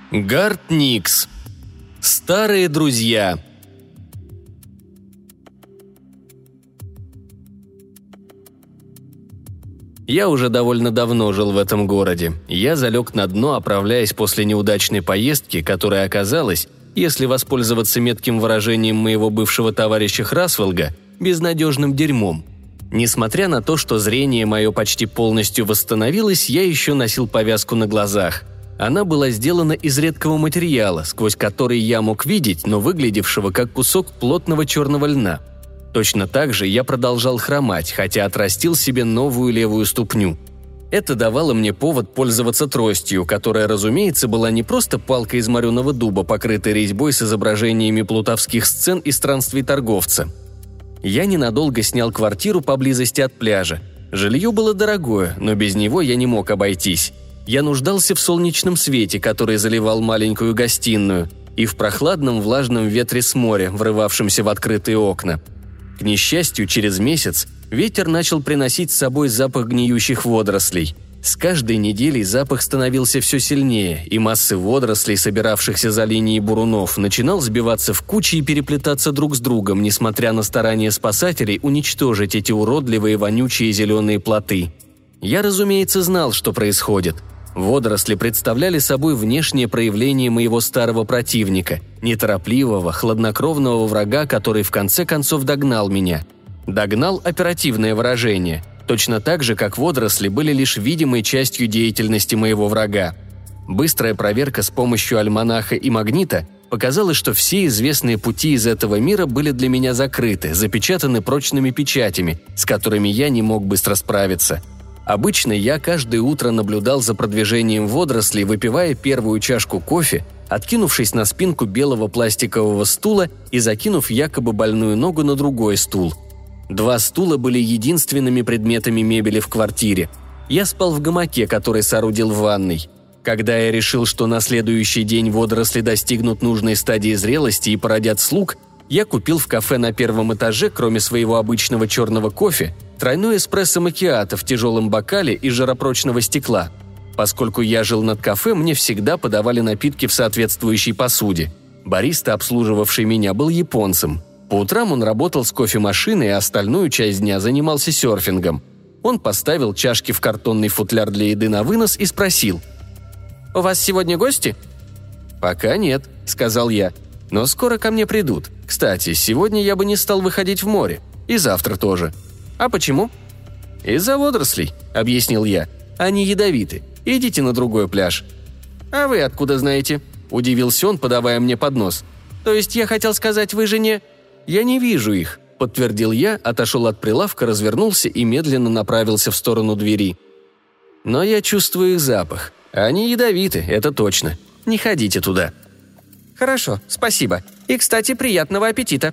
Гарт Никс. Старые друзья. Я уже довольно давно жил в этом городе. Я залег на дно, оправляясь после неудачной поездки, которая оказалась, если воспользоваться метким выражением моего бывшего товарища Храсвелга, безнадежным дерьмом. Несмотря на то, что зрение мое почти полностью восстановилось, я еще носил повязку на глазах. Она была сделана из редкого материала, сквозь который я мог видеть, но выглядевшего как кусок плотного черного льна. Точно так же я продолжал хромать, хотя отрастил себе новую левую ступню. Это давало мне повод пользоваться тростью, которая, разумеется, была не просто палкой из мореного дуба, покрытой резьбой с изображениями плутовских сцен и странствий торговца. Я ненадолго снял квартиру поблизости от пляжа. Жилье было дорогое, но без него я не мог обойтись. Я нуждался в солнечном свете, который заливал маленькую гостиную, и в прохладном влажном ветре с моря, врывавшемся в открытые окна. К несчастью, через месяц ветер начал приносить с собой запах гниющих водорослей. С каждой неделей запах становился все сильнее, и массы водорослей, собиравшихся за линией бурунов, начинал сбиваться в кучи и переплетаться друг с другом, несмотря на старания спасателей уничтожить эти уродливые вонючие зеленые плоты. Я, разумеется, знал, что происходит. Водоросли представляли собой внешнее проявление моего старого противника, неторопливого, хладнокровного врага, который в конце концов догнал меня. Догнал – оперативное выражение, точно так же, как водоросли были лишь видимой частью деятельности моего врага. Быстрая проверка с помощью альманаха и магнита показала, что все известные пути из этого мира были для меня закрыты, запечатаны прочными печатями, с которыми я не мог быстро справиться. Обычно я каждое утро наблюдал за продвижением водорослей, выпивая первую чашку кофе, откинувшись на спинку белого пластикового стула и закинув якобы больную ногу на другой стул. 2 стула были единственными предметами мебели в квартире. Я спал в гамаке, который соорудил в ванной. Когда я решил, что на следующий день водоросли достигнут нужной стадии зрелости и породят слуг, я купил в кафе на первом этаже, кроме своего обычного черного кофе, тройной эспрессо-макиато в тяжелом бокале из жаропрочного стекла. Поскольку я жил над кафе, мне всегда подавали напитки в соответствующей посуде. Бариста, обслуживавший меня, был японцем. По утрам он работал с кофемашиной, а остальную часть дня занимался серфингом. Он поставил чашки в картонный футляр для еды на вынос и спросил: «У вас сегодня гости?» «Пока нет», — сказал я. «Но скоро ко мне придут. Кстати, сегодня я бы не стал выходить в море. И завтра тоже». «А почему?» «Из-за водорослей», — объяснил я. «Они ядовиты. Идите на другой пляж». «А вы откуда знаете?» — удивился он, подавая мне поднос. «То есть я хотел сказать, вы же не...» «Я не вижу их», — подтвердил я, отошел от прилавка, развернулся и медленно направился в сторону двери. «Но я чувствую их запах. Они ядовиты, это точно. Не ходите туда». «Хорошо, спасибо. И, кстати, приятного аппетита».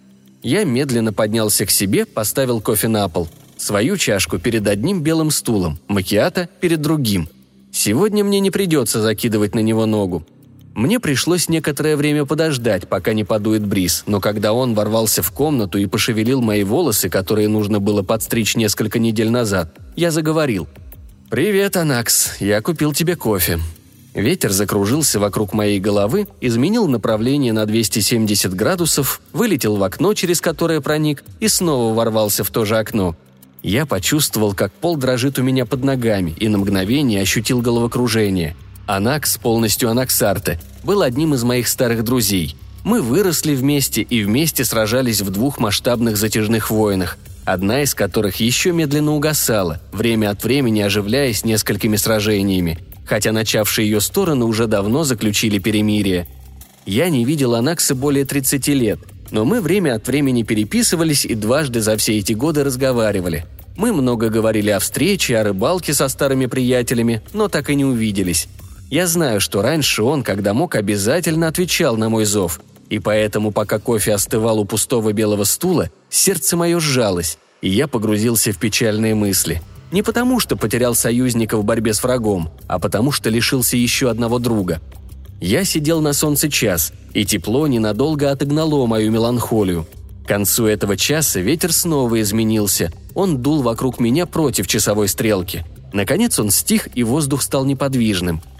Я медленно поднялся к себе, поставил кофе на пол. Свою чашку перед одним белым стулом, макиато перед другим. Сегодня мне не придется закидывать на него ногу. Мне пришлось некоторое время подождать, пока не подует бриз, но когда он ворвался в комнату и пошевелил мои волосы, которые нужно было подстричь несколько недель назад, я заговорил. «Привет, Анакс, я купил тебе кофе». Ветер закружился вокруг моей головы, изменил направление на 270 градусов, вылетел в окно, через которое проник, и снова ворвался в то же окно. Я почувствовал, как пол дрожит у меня под ногами, и на мгновение ощутил головокружение. Анакс, полностью Анаксарте, был одним из моих старых друзей. Мы выросли вместе и вместе сражались в 2 масштабных затяжных войнах, одна из которых еще медленно угасала, время от времени оживляясь несколькими сражениями, хотя начавшие ее стороны уже давно заключили перемирие. Я не видел Анакса более 30 лет, но мы время от времени переписывались и дважды за все эти годы разговаривали. Мы много говорили о встрече, о рыбалке со старыми приятелями, но так и не увиделись. Я знаю, что раньше он, когда мог, обязательно отвечал на мой зов, и поэтому, пока кофе остывал у пустого белого стула, сердце мое сжалось, и я погрузился в печальные мысли. Не потому, что потерял союзника в борьбе с врагом, а потому, что лишился еще одного друга. Я сидел на солнце час, и тепло ненадолго отогнало мою меланхолию. К концу этого часа ветер снова изменился, он дул вокруг меня против часовой стрелки. Наконец он стих, и воздух стал неподвижным.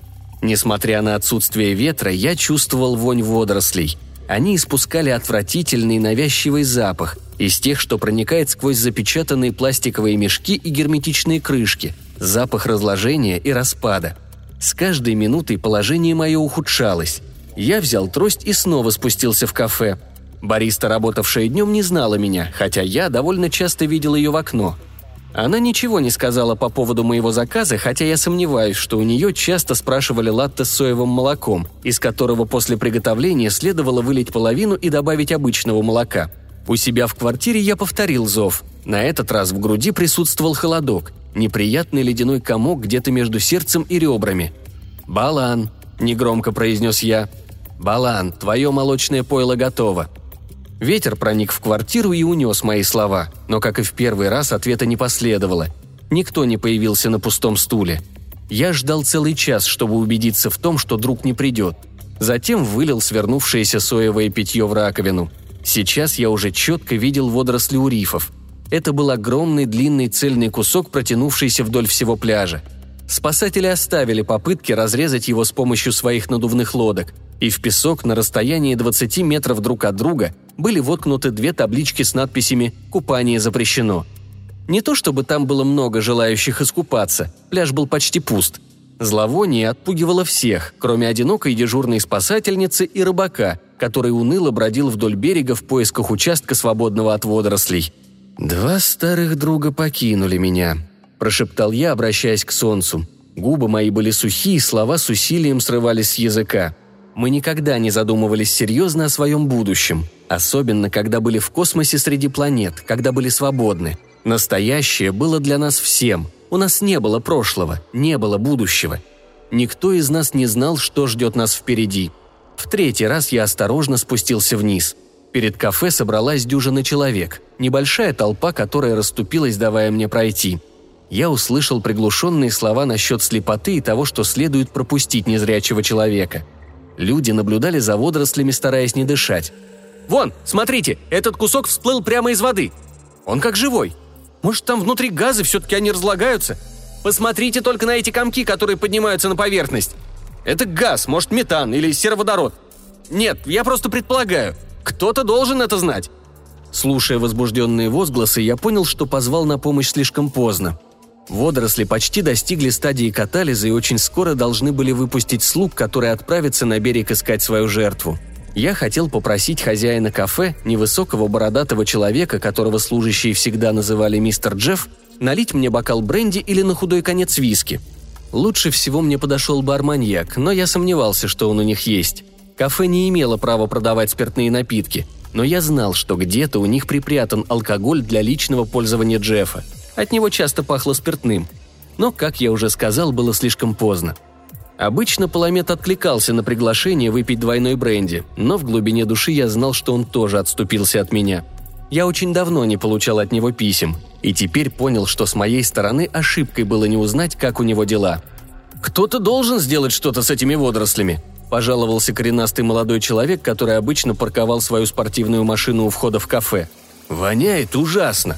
Несмотря на отсутствие ветра, я чувствовал вонь водорослей. Они испускали отвратительный навязчивый запах, из тех, что проникает сквозь запечатанные пластиковые мешки и герметичные крышки, запах разложения и распада. С каждой минутой положение мое ухудшалось. Я взял трость и снова спустился в кафе. Бариста, работавшая днем, не знала меня, хотя я довольно часто видел ее в окно. Она ничего не сказала по поводу моего заказа, хотя я сомневаюсь, что у нее часто спрашивали латте с соевым молоком, из которого после приготовления следовало вылить половину и добавить обычного молока. У себя в квартире я повторил зов. На этот раз в груди присутствовал холодок, неприятный ледяной комок где-то между сердцем и ребрами. «Балан», – негромко произнес я. «Балан, твое молочное пойло готово». Ветер проник в квартиру и унес мои слова, но, как и в первый раз, ответа не последовало. Никто не появился на пустом стуле. Я ждал целый час, чтобы убедиться в том, что друг не придет. Затем вылил свернувшееся соевое питье в раковину. Сейчас я уже четко видел водоросли у рифов. Это был огромный длинный цельный кусок, протянувшийся вдоль всего пляжа. Спасатели оставили попытки разрезать его с помощью своих надувных лодок, и в песок на расстоянии 20 метров друг от друга были воткнуты 2 таблички с надписями «Купание запрещено». Не то чтобы там было много желающих искупаться, пляж был почти пуст. Зловоние отпугивало всех, кроме одинокой дежурной спасательницы и рыбака, который уныло бродил вдоль берега в поисках участка, свободного от водорослей. «2 старых друга покинули меня», – прошептал я, обращаясь к солнцу. Губы мои были сухие, слова с усилием срывались с языка. Мы никогда не задумывались серьезно о своем будущем, особенно когда были в космосе среди планет, когда были свободны. Настоящее было для нас всем. У нас не было прошлого, не было будущего. Никто из нас не знал, что ждет нас впереди. В 3-й раз я осторожно спустился вниз. Перед кафе собралась дюжина человек, небольшая толпа, которая расступилась, давая мне пройти. Я услышал приглушенные слова насчет слепоты и того, что следует пропустить незрячего человека. Люди наблюдали за водорослями, стараясь не дышать. «Вон, смотрите, этот кусок всплыл прямо из воды. Он как живой. Может, там внутри газы, все-таки они разлагаются? Посмотрите только на эти комки, которые поднимаются на поверхность. Это газ, может, метан или сероводород. Нет, я просто предполагаю. Кто-то должен это знать». Слушая возбужденные возгласы, я понял, что позвал на помощь слишком поздно. Водоросли почти достигли стадии катализа и очень скоро должны были выпустить слуг, которые отправятся на берег искать свою жертву. Я хотел попросить хозяина кафе, невысокого бородатого человека, которого служащие всегда называли мистер Джефф, налить мне бокал бренди или на худой конец виски. Лучше всего мне подошел бы арманьяк, но я сомневался, что он у них есть. Кафе не имело права продавать спиртные напитки, но я знал, что где-то у них припрятан алкоголь для личного пользования Джеффа. От него часто пахло спиртным. Но, как я уже сказал, было слишком поздно. Обычно Паламет откликался на приглашение выпить двойной бренди, но в глубине души я знал, что он тоже отступился от меня. Я очень давно не получал от него писем, и теперь понял, что с моей стороны ошибкой было не узнать, как у него дела. «Кто-то должен сделать что-то с этими водорослями», – пожаловался коренастый молодой человек, который обычно парковал свою спортивную машину у входа в кафе. «Воняет ужасно».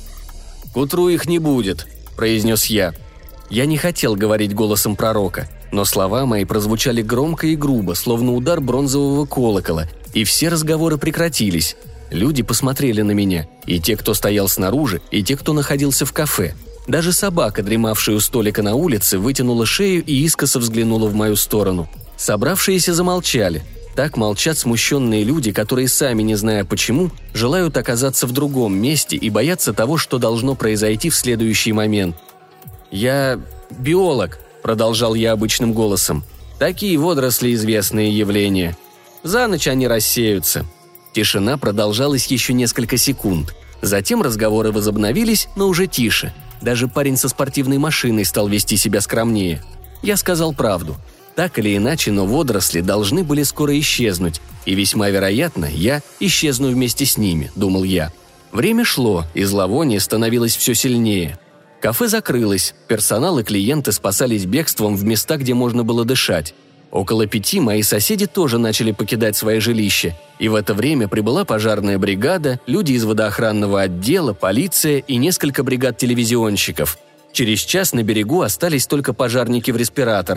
«К утру их не будет», – произнес я. Я не хотел говорить голосом пророка, но слова мои прозвучали громко и грубо, словно удар бронзового колокола, и все разговоры прекратились. Люди посмотрели на меня, и те, кто стоял снаружи, и те, кто находился в кафе. Даже собака, дремавшая у столика на улице, вытянула шею и искоса взглянула в мою сторону. Собравшиеся замолчали. Так молчат смущенные люди, которые, сами не зная почему, желают оказаться в другом месте и боятся того, что должно произойти в следующий момент. «Я биолог», – продолжал я обычным голосом. «Такие водоросли – известные явления. За ночь они рассеются». Тишина продолжалась еще несколько секунд. Затем разговоры возобновились, но уже тише. Даже парень со спортивной машиной стал вести себя скромнее. Я сказал правду. Так или иначе, но водоросли должны были скоро исчезнуть, и весьма вероятно, я исчезну вместе с ними, думал я. Время шло, и зловоние становилось все сильнее. Кафе закрылось, персонал и клиенты спасались бегством в места, где можно было дышать. Около 5 мои соседи тоже начали покидать свои жилища, и в это время прибыла пожарная бригада, люди из водоохранного отдела, полиция и несколько бригад телевизионщиков. Через час на берегу остались только пожарники в респираторах.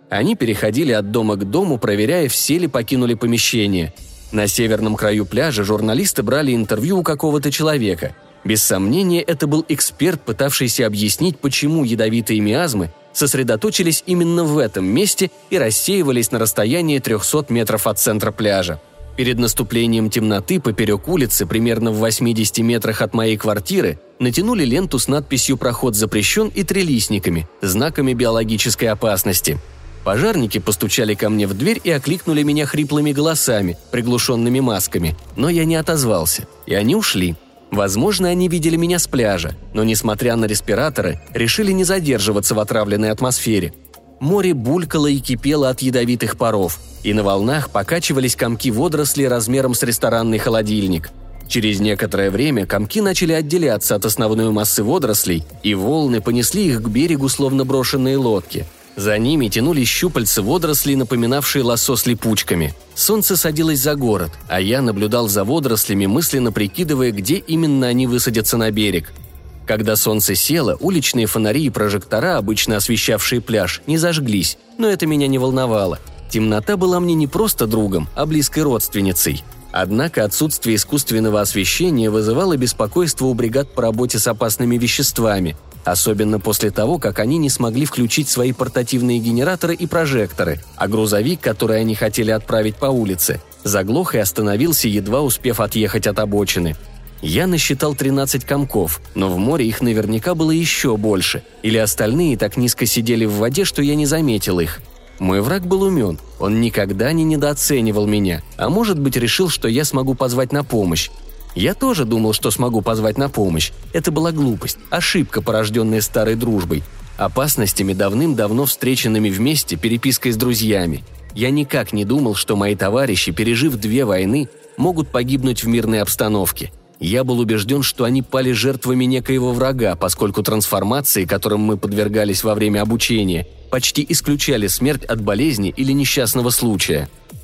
Они переходили от дома к дому, проверяя, все ли покинули помещение. На северном краю пляжа журналисты брали интервью у какого-то человека. Без сомнения, это был эксперт, пытавшийся объяснить, почему ядовитые миазмы сосредоточились именно в этом месте и рассеивались на расстоянии 300 метров от центра пляжа. Перед наступлением темноты поперек улицы, примерно в 80 метрах от моей квартиры, натянули ленту с надписью «Проход запрещен» и трилистниками, знаками биологической опасности. Пожарники постучали ко мне в дверь и окликнули меня хриплыми голосами, приглушенными масками, но я не отозвался, и они ушли. Возможно, они видели меня с пляжа, но, несмотря на респираторы, решили не задерживаться в отравленной атмосфере. Море булькало и кипело от ядовитых паров, и на волнах покачивались комки водорослей размером с ресторанный холодильник. Через некоторое время комки начали отделяться от основной массы водорослей, и волны понесли их к берегу, словно брошенные лодки. За ними тянулись щупальца водорослей, напоминавшие лассо с липучками. Солнце садилось за город, а я наблюдал за водорослями, мысленно прикидывая, где именно они высадятся на берег. Когда солнце село, уличные фонари и прожектора, обычно освещавшие пляж, не зажглись, но это меня не волновало. Темнота была мне не просто другом, а близкой родственницей. Однако отсутствие искусственного освещения вызывало беспокойство у бригад по работе с опасными веществами, особенно после того, как они не смогли включить свои портативные генераторы и прожекторы, а грузовик, который они хотели отправить по улице, заглох и остановился, едва успев отъехать от обочины. Я насчитал 13 комков, но в море их наверняка было еще больше, или остальные так низко сидели в воде, что я не заметил их. Мой враг был умен, он никогда не недооценивал меня, а может быть решил, что я смогу позвать на помощь. Я тоже думал, что смогу позвать на помощь. Это была глупость, ошибка, порожденная старой дружбой, опасностями, давным-давно встреченными вместе, перепиской с друзьями. Я никак не думал, что мои товарищи, пережив 2 войны, могут погибнуть в мирной обстановке. Я был убежден, что они пали жертвами некоего врага, поскольку трансформации, которым мы подвергались во время обучения, почти исключали смерть от болезни или несчастного случая.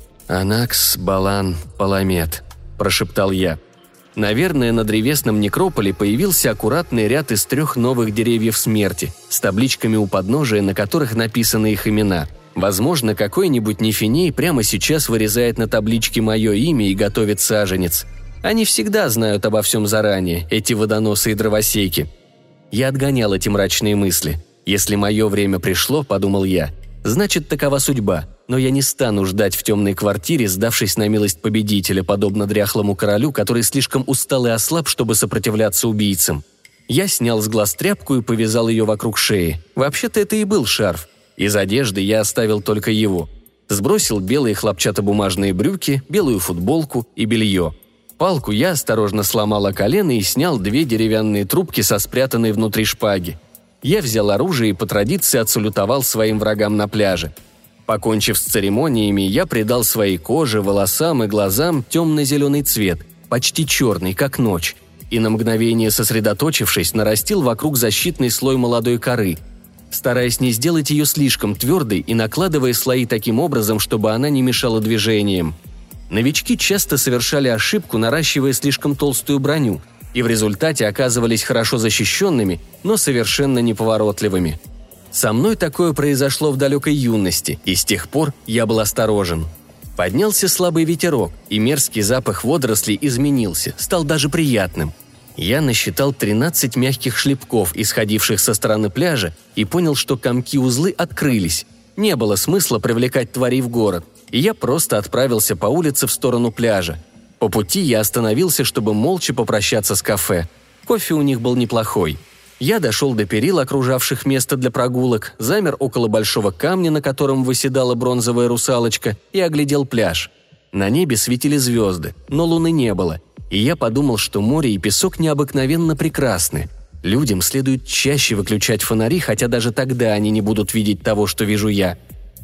«Анакс, Балан, Паламет», – прошептал я. Наверное, на древесном некрополе появился аккуратный ряд из 3 новых деревьев смерти, с табличками у подножия, на которых написаны их имена. Возможно, какой-нибудь нефиней прямо сейчас вырезает на табличке мое имя и готовит саженец. Они всегда знают обо всем заранее, эти водоносы и дровосеки. Я отгонял эти мрачные мысли. Если мое время пришло, подумал я, значит, такова судьба. Но я не стану ждать в темной квартире, сдавшись на милость победителя, подобно дряхлому королю, который слишком устал и ослаб, чтобы сопротивляться убийцам. Я снял с глаз тряпку и повязал ее вокруг шеи. Вообще-то это и был шарф. Из одежды я оставил только его. Сбросил белые хлопчатобумажные брюки, белую футболку и белье. Палку я осторожно сломал о колено и снял 2 деревянные трубки со спрятанной внутри шпаги. Я взял оружие и по традиции отсалютовал своим врагам на пляже. Покончив с церемониями, я придал своей коже, волосам и глазам темно-зеленый цвет, почти черный, как ночь, и на мгновение сосредоточившись, нарастил вокруг защитный слой молодой коры, стараясь не сделать ее слишком твердой и накладывая слои таким образом, чтобы она не мешала движениям. Новички часто совершали ошибку, наращивая слишком толстую броню, и в результате оказывались хорошо защищенными, но совершенно неповоротливыми. Со мной такое произошло в далекой юности, и с тех пор я был осторожен. Поднялся слабый ветерок, и мерзкий запах водорослей изменился, стал даже приятным. Я насчитал 13 мягких шлепков, исходивших со стороны пляжа, и понял, что комки-узлы открылись. Не было смысла привлекать тварей в город, и я просто отправился по улице в сторону пляжа. По пути я остановился, чтобы молча попрощаться с кафе. Кофе у них был неплохой. Я дошел до перил, окружавших место для прогулок, замер около большого камня, на котором выседала бронзовая русалочка, и оглядел пляж. На небе светили звезды, но луны не было, и я подумал, что море и песок необыкновенно прекрасны. Людям следует чаще выключать фонари, хотя даже тогда они не будут видеть того, что вижу я.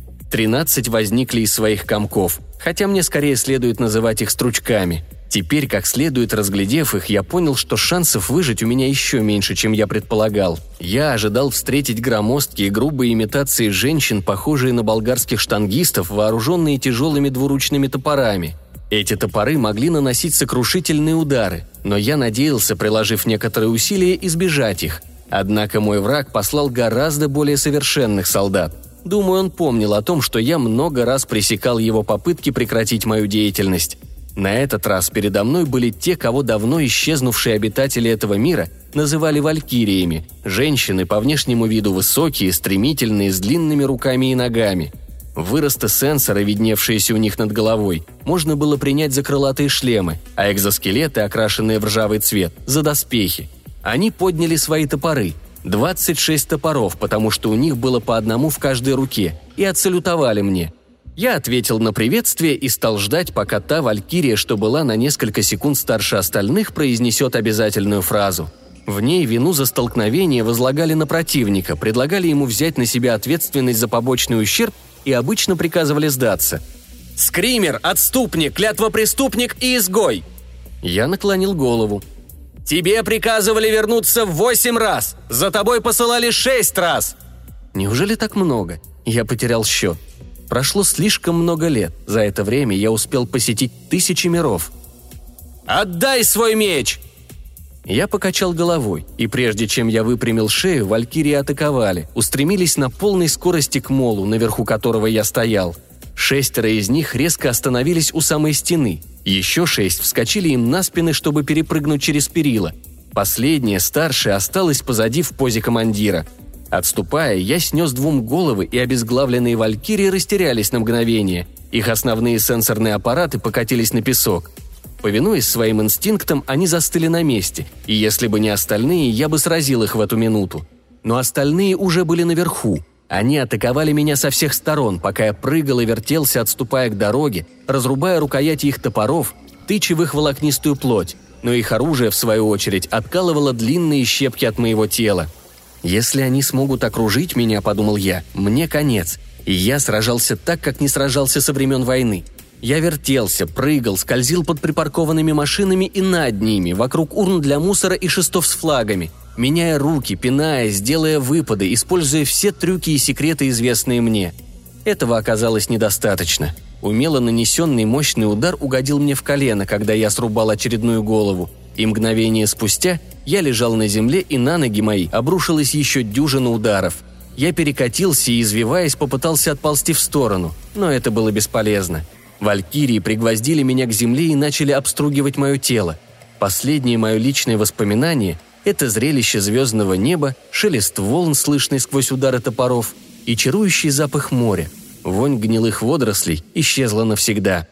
13 возникли из своих комков, хотя мне скорее следует называть их стручками. Теперь, как следует разглядев их, я понял, что шансов выжить у меня еще меньше, чем я предполагал. Я ожидал встретить громоздкие грубые имитации женщин, похожие на болгарских штангистов, вооруженные тяжелыми двуручными топорами. Эти топоры могли наносить сокрушительные удары, но я надеялся, приложив некоторые усилия, избежать их. Однако мой враг послал гораздо более совершенных солдат. Думаю, он помнил о том, что я много раз пресекал его попытки прекратить мою деятельность. На этот раз передо мной были те, кого давно исчезнувшие обитатели этого мира называли валькириями, женщины по внешнему виду высокие, стремительные, с длинными руками и ногами. Выросты сенсоры, видневшиеся у них над головой, можно было принять за крылатые шлемы, а экзоскелеты, окрашенные в ржавый цвет, за доспехи. Они подняли свои топоры, 26 топоров, потому что у них было по одному в каждой руке, и отсалютовали мне. Я ответил на приветствие и стал ждать, пока та валькирия, что была на несколько секунд старше остальных, произнесет обязательную фразу. В ней вину за столкновение возлагали на противника, предлагали ему взять на себя ответственность за побочный ущерб и обычно приказывали сдаться. «Скример, отступник, клятвопреступник и изгой!» Я наклонил голову. «Тебе приказывали вернуться 8 раз! За тобой посылали 6 раз!» Неужели так много? Я потерял счет. Прошло слишком много лет. За это время я успел посетить 1000 миров. «Отдай свой меч!» Я покачал головой, и прежде чем я выпрямил шею, валькирии атаковали, устремились на полной скорости к молу, наверху которого я стоял. 6 из них резко остановились у самой стены. Еще 6 вскочили им на спины, чтобы перепрыгнуть через перила. Последняя, старшая, осталась позади в позе командира. Отступая, я снес 2 головы, и обезглавленные валькирии растерялись на мгновение. Их основные сенсорные аппараты покатились на песок. Повинуясь своим инстинктам, они застыли на месте, и если бы не остальные, я бы сразил их в эту минуту. Но остальные уже были наверху. Они атаковали меня со всех сторон, пока я прыгал и вертелся, отступая к дороге, разрубая рукояти их топоров, тыча в их волокнистую плоть, но их оружие, в свою очередь, откалывало длинные щепки от моего тела. «Если они смогут окружить меня, — подумал я, — мне конец». И я сражался так, как не сражался со времен войны. Я вертелся, прыгал, скользил под припаркованными машинами и над ними, вокруг урн для мусора и шестов с флагами, меняя руки, пинаясь, делая выпады, используя все трюки и секреты, известные мне. Этого оказалось недостаточно. Умело нанесенный мощный удар угодил мне в колено, когда я срубал очередную голову, и мгновение спустя я лежал на земле, и на ноги мои обрушилась еще дюжина ударов. Я перекатился и, извиваясь, попытался отползти в сторону, но это было бесполезно. Валькирии пригвоздили меня к земле и начали обстругивать мое тело. Последнее мое личное воспоминание – это зрелище звездного неба, шелест волн, слышный сквозь удары топоров, и чарующий запах моря. Вонь гнилых водорослей исчезла навсегда.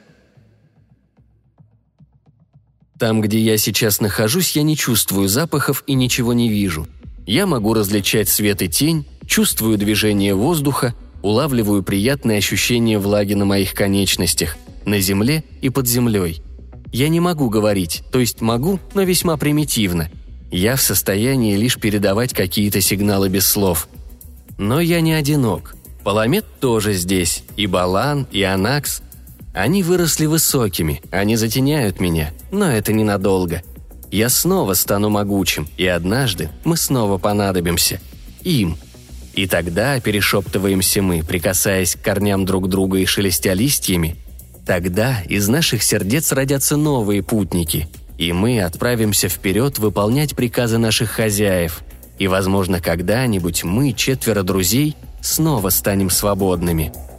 Там, где я сейчас нахожусь, я не чувствую запахов и ничего не вижу. Я могу различать свет и тень, чувствую движение воздуха, улавливаю приятные ощущения влаги на моих конечностях, на земле и под землей. Я не могу говорить, то есть могу, но весьма примитивно. Я в состоянии лишь передавать какие-то сигналы без слов. Но я не одинок. Паламет тоже здесь, и Балан, и Анакс. Они выросли высокими, они затеняют меня, но это ненадолго. Я снова стану могучим, и однажды мы снова понадобимся. Им. И тогда, перешептываемся мы, прикасаясь к корням друг друга и шелестя листьями, тогда из наших сердец родятся новые путники, и мы отправимся вперед выполнять приказы наших хозяев, и, возможно, когда-нибудь мы, 4 друзей, снова станем свободными.